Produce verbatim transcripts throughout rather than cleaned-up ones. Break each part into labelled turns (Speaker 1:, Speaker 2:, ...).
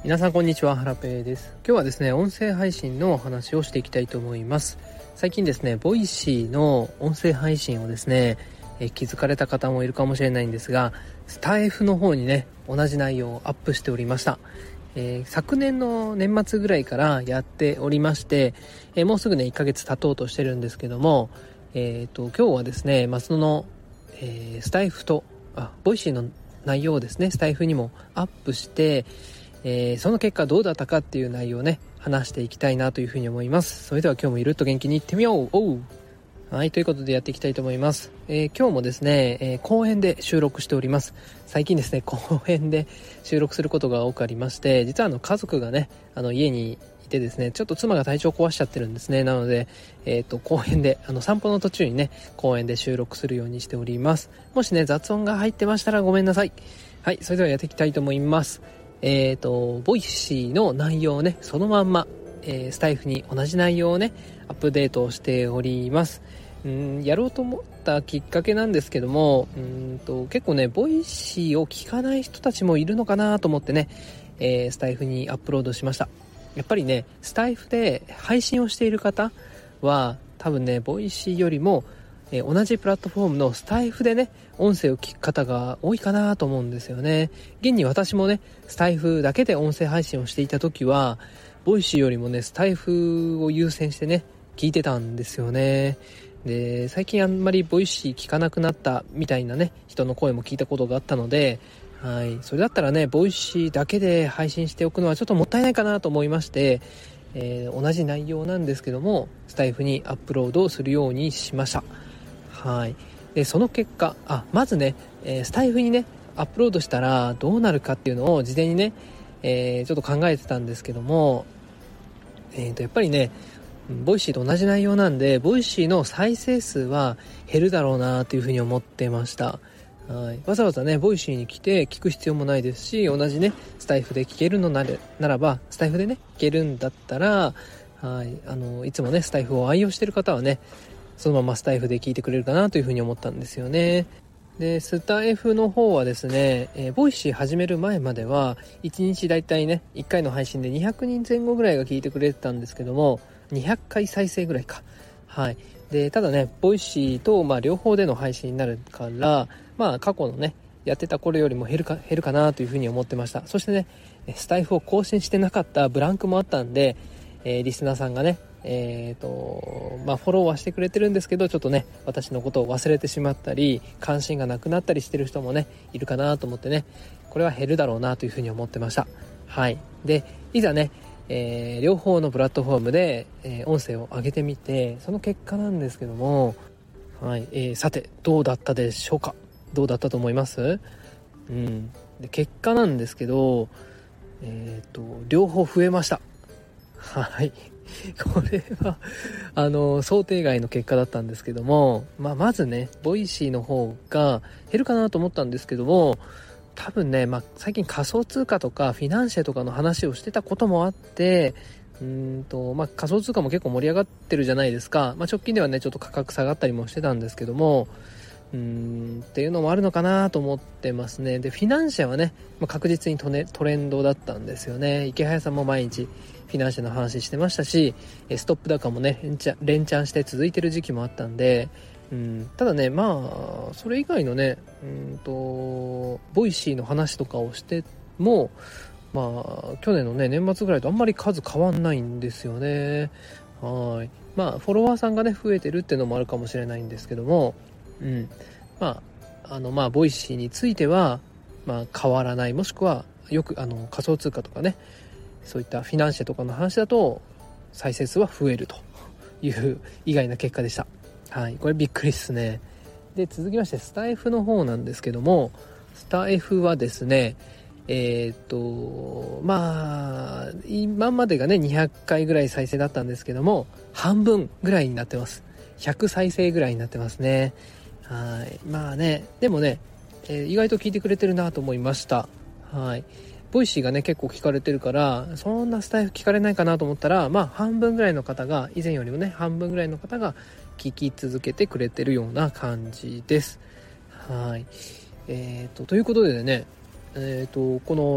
Speaker 1: 皆さんこんにちは、ハラペーです。今日はですね、音声配信のお話をしていきたいと思います。最近ですね、ボイシーの音声配信をですね、え気づかれた方もいるかもしれないんですが、スタイフの方にね、同じ内容をアップしておりました。えー、昨年の年末ぐらいからやっておりまして、えー、もうすぐねいっかげつ経とうとしてるんですけども、えーと今日はですね、まあ、その、えー、スタイフとあボイシーの内容をですねスタイフにもアップして、えー、その結果どうだったかっていう内容をね話していきたいなというふうに思います。それでは今日もゆるっと元気にいってみよう。おうはい、ということでやっていきたいと思います。えー、今日もですね、えー、公園で収録しております。最近ですね、公園で収録することが多くありまして、実はあの家族がね、あの家にいてですね、ちょっと妻が体調壊しちゃってるんですね。なので、えっと、公園で、あの散歩の途中にね、公園で収録するようにしております。もしね、雑音が入ってましたらごめんなさい。はい、それではやっていきたいと思います。えっと、ボイシーの内容をね、そのまんま、えー、スタイフに同じ内容をね、アップデートをしております。うんやろうと思ったきっかけなんですけども、うんと結構ねボイシーを聞かない人たちもいるのかなと思ってね、えー、スタイフにアップロードしました。やっぱりねスタイフで配信をしている方は多分ねボイシーよりも、えー、同じプラットフォームのスタイフでね音声を聞く方が多いかなと思うんですよね。現に私もねスタイフだけで音声配信をしていた時はボイシーよりもねスタイフを優先してね聞いてたんですよね。で最近あんまりボイシー聞かなくなったみたいなね人の声も聞いたことがあったので、はい、それだったらねボイシーだけで配信しておくのはちょっともったいないかなと思いまして、えー、同じ内容なんですけどもスタイフにアップロードするようにしました。はい、でその結果あまずね、えー、スタイフにねアップロードしたらどうなるかっていうのを事前にね、えー、ちょっと考えてたんですけども、えー、とやっぱりねボイシーと同じ内容なんでボイシーの再生数は減るだろうなというふうに思ってました。はい、わざわざねボイシーに来て聞く必要もないですし、同じねスタイフで聞けるのなれならばスタイフでね聞けるんだったら、はい、あのいつもねスタイフを愛用している方はねそのままスタイフで聞いてくれるかなというふうに思ったんですよね。でスタイフの方はですね、えー、ボイシー始める前まではいちにちだいたいねいっかいの配信でにひゃくにんぜん後ぐらいが聞いてくれてたんですけども、にひゃっかい再生ぐらいか。はい。で、ただね、ボイシーと、まあ、両方での配信になるから、まあ、過去のね、やってた頃よりも減るか、減るかなというふうに思ってました。そしてね、スタイフを更新してなかったブランクもあったんで、えー、リスナーさんがね、えーと、まあ、フォローはしてくれてるんですけど、ちょっとね、私のことを忘れてしまったり、関心がなくなったりしてる人もね、いるかなと思ってね、これは減るだろうなというふうに思ってました。はい。で、いざね、えー、両方のプラットフォームで、えー、音声を上げてみてその結果なんですけども、はいえー、さてどうだったでしょうか。どうだったと思います？うん、で結果なんですけど、えーと、両方増えました。はいこれはあの想定外の結果だったんですけども、まあ、まずねボイシーの方が減るかなと思ったんですけども、多分ね、まあ、最近仮想通貨とかフィナンシェとかの話をしてたこともあってうーんと、まあ、仮想通貨も結構盛り上がってるじゃないですか。まあ、直近ではねちょっと価格下がったりもしてたんですけども、うーんっていうのもあるのかなと思ってますね。でフィナンシェはね、まあ、確実にトネトレンドだったんですよね。池早さんも毎日フィナンシェの話してましたし、ストップ高もね連チャン、連チャンして続いてる時期もあったんで、うん、ただねまあそれ以外のねうんとボイシーの話とかをしてもまあ去年のね年末ぐらいとあんまり数変わんないんですよね。はいまあフォロワーさんがね増えてるっていうのもあるかもしれないんですけども、うんまああのまあボイシーについてはまあ変わらない、もしくはよくあの仮想通貨とかねそういったフィナンシェとかの話だと再生数は増えるという意外な結果でした。はい、これびっくりですね。で続きましてスタイフの方なんですけども、スタイフはですねえー、っとまあ今までがねにひゃっかいぐらい再生だったんですけども半分ぐらいになってます。ひゃく再生ぐらいになってますね。はいまあねでもね、えー、意外と聞いてくれてるなと思いました。はいボイシーがね結構聞かれてるからそんなスタイフ聞かれないかなと思ったら、まあ半分ぐらいの方が以前よりもね半分ぐらいの方が聞き続けてくれてるような感じです。はいえーとということでねえーとこの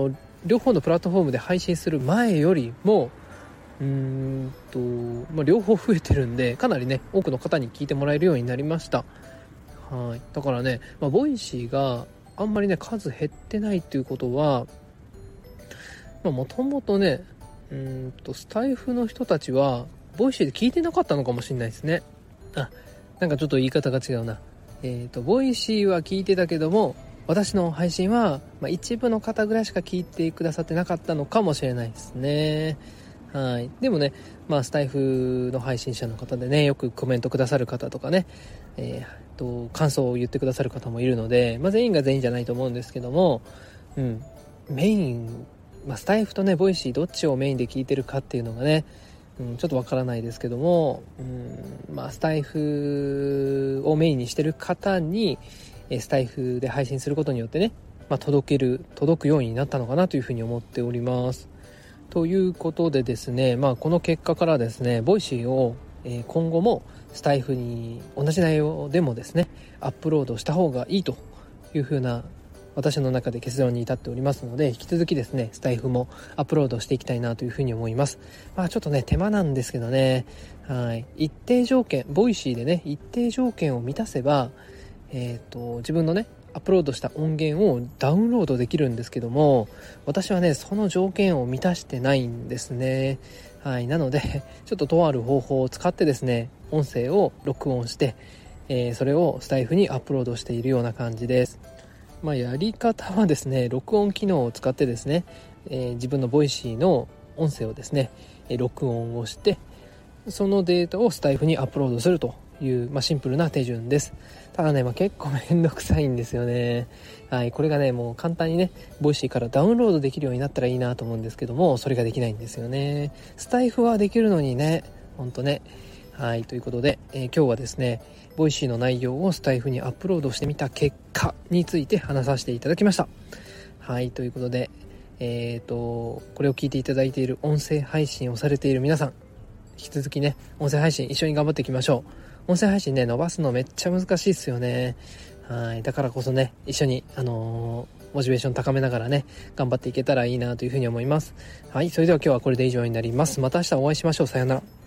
Speaker 1: 両方のプラットフォームで配信する前よりもうーんと、まあ、両方増えてるんで、かなりね多くの方に聞いてもらえるようになりました。はい、だからね、まあ、ボイシーがあんまりね数減ってないっていうことは、もともとねうーんとスタイフの人たちはボイシーで聞いてなかったのかもしれないですね。あ、なんかちょっと言い方が違うな。えっとボイシーは聞いてたけども、私の配信は、まあ、一部の方ぐらいしか聞いてくださってなかったのかもしれないですね。はい。でもね、まあスタイフの配信者の方でね、よくコメントくださる方とかね、えー、と感想を言ってくださる方もいるので、まあ、全員が全員じゃないと思うんですけども、うん、メイン、まあ、スタイフとねボイシーどっちをメインで聞いてるかっていうのがね、うん、ちょっとわからないですけども、うん、まあスタイフをメインにしてる方にスタイフで配信することによってね、まあ、届ける届くようになったのかなというふうに思っております。ということでですね、まあ、この結果からですね、ボイシーを今後もスタイフに同じ内容でもですねアップロードした方がいいというふうな私の中で結論に至っておりますので、引き続きですねスタイフもアップロードしていきたいなというふうに思います。まあちょっとね手間なんですけどね、はい、一定条件、ボイシーでね一定条件を満たせば、えーと自分のねアップロードした音源をダウンロードできるんですけども、私はねその条件を満たしてないんですね。はい、なのでちょっととある方法を使ってですね音声を録音して、えー、それをスタイフにアップロードしているような感じです。まあ、やり方はですね、録音機能を使ってですね、えー、自分のボイシーの音声をですね録音をして、そのデータをスタイフにアップロードするという、まあ、シンプルな手順です。ただね、まあ、結構めんどくさいんですよね。はい、これがねもう簡単にねボイシーからダウンロードできるようになったらいいなと思うんですけども、それができないんですよね。スタイフはできるのにね、ほんとね。はい、ということで、えー、今日はですねボイシーの内容をスタイフにアップロードしてみた結果について話させていただきました。はい、ということで、えーとこれを聞いていただいている音声配信をされている皆さん、引き続きね音声配信一緒に頑張っていきましょう。音声配信ね伸ばすのめっちゃ難しいっすよね。はい、だからこそね一緒にあのー、モチベーション高めながらね頑張っていけたらいいなというふうに思います。はい、それでは今日はこれで以上になります。また明日お会いしましょう。さようなら。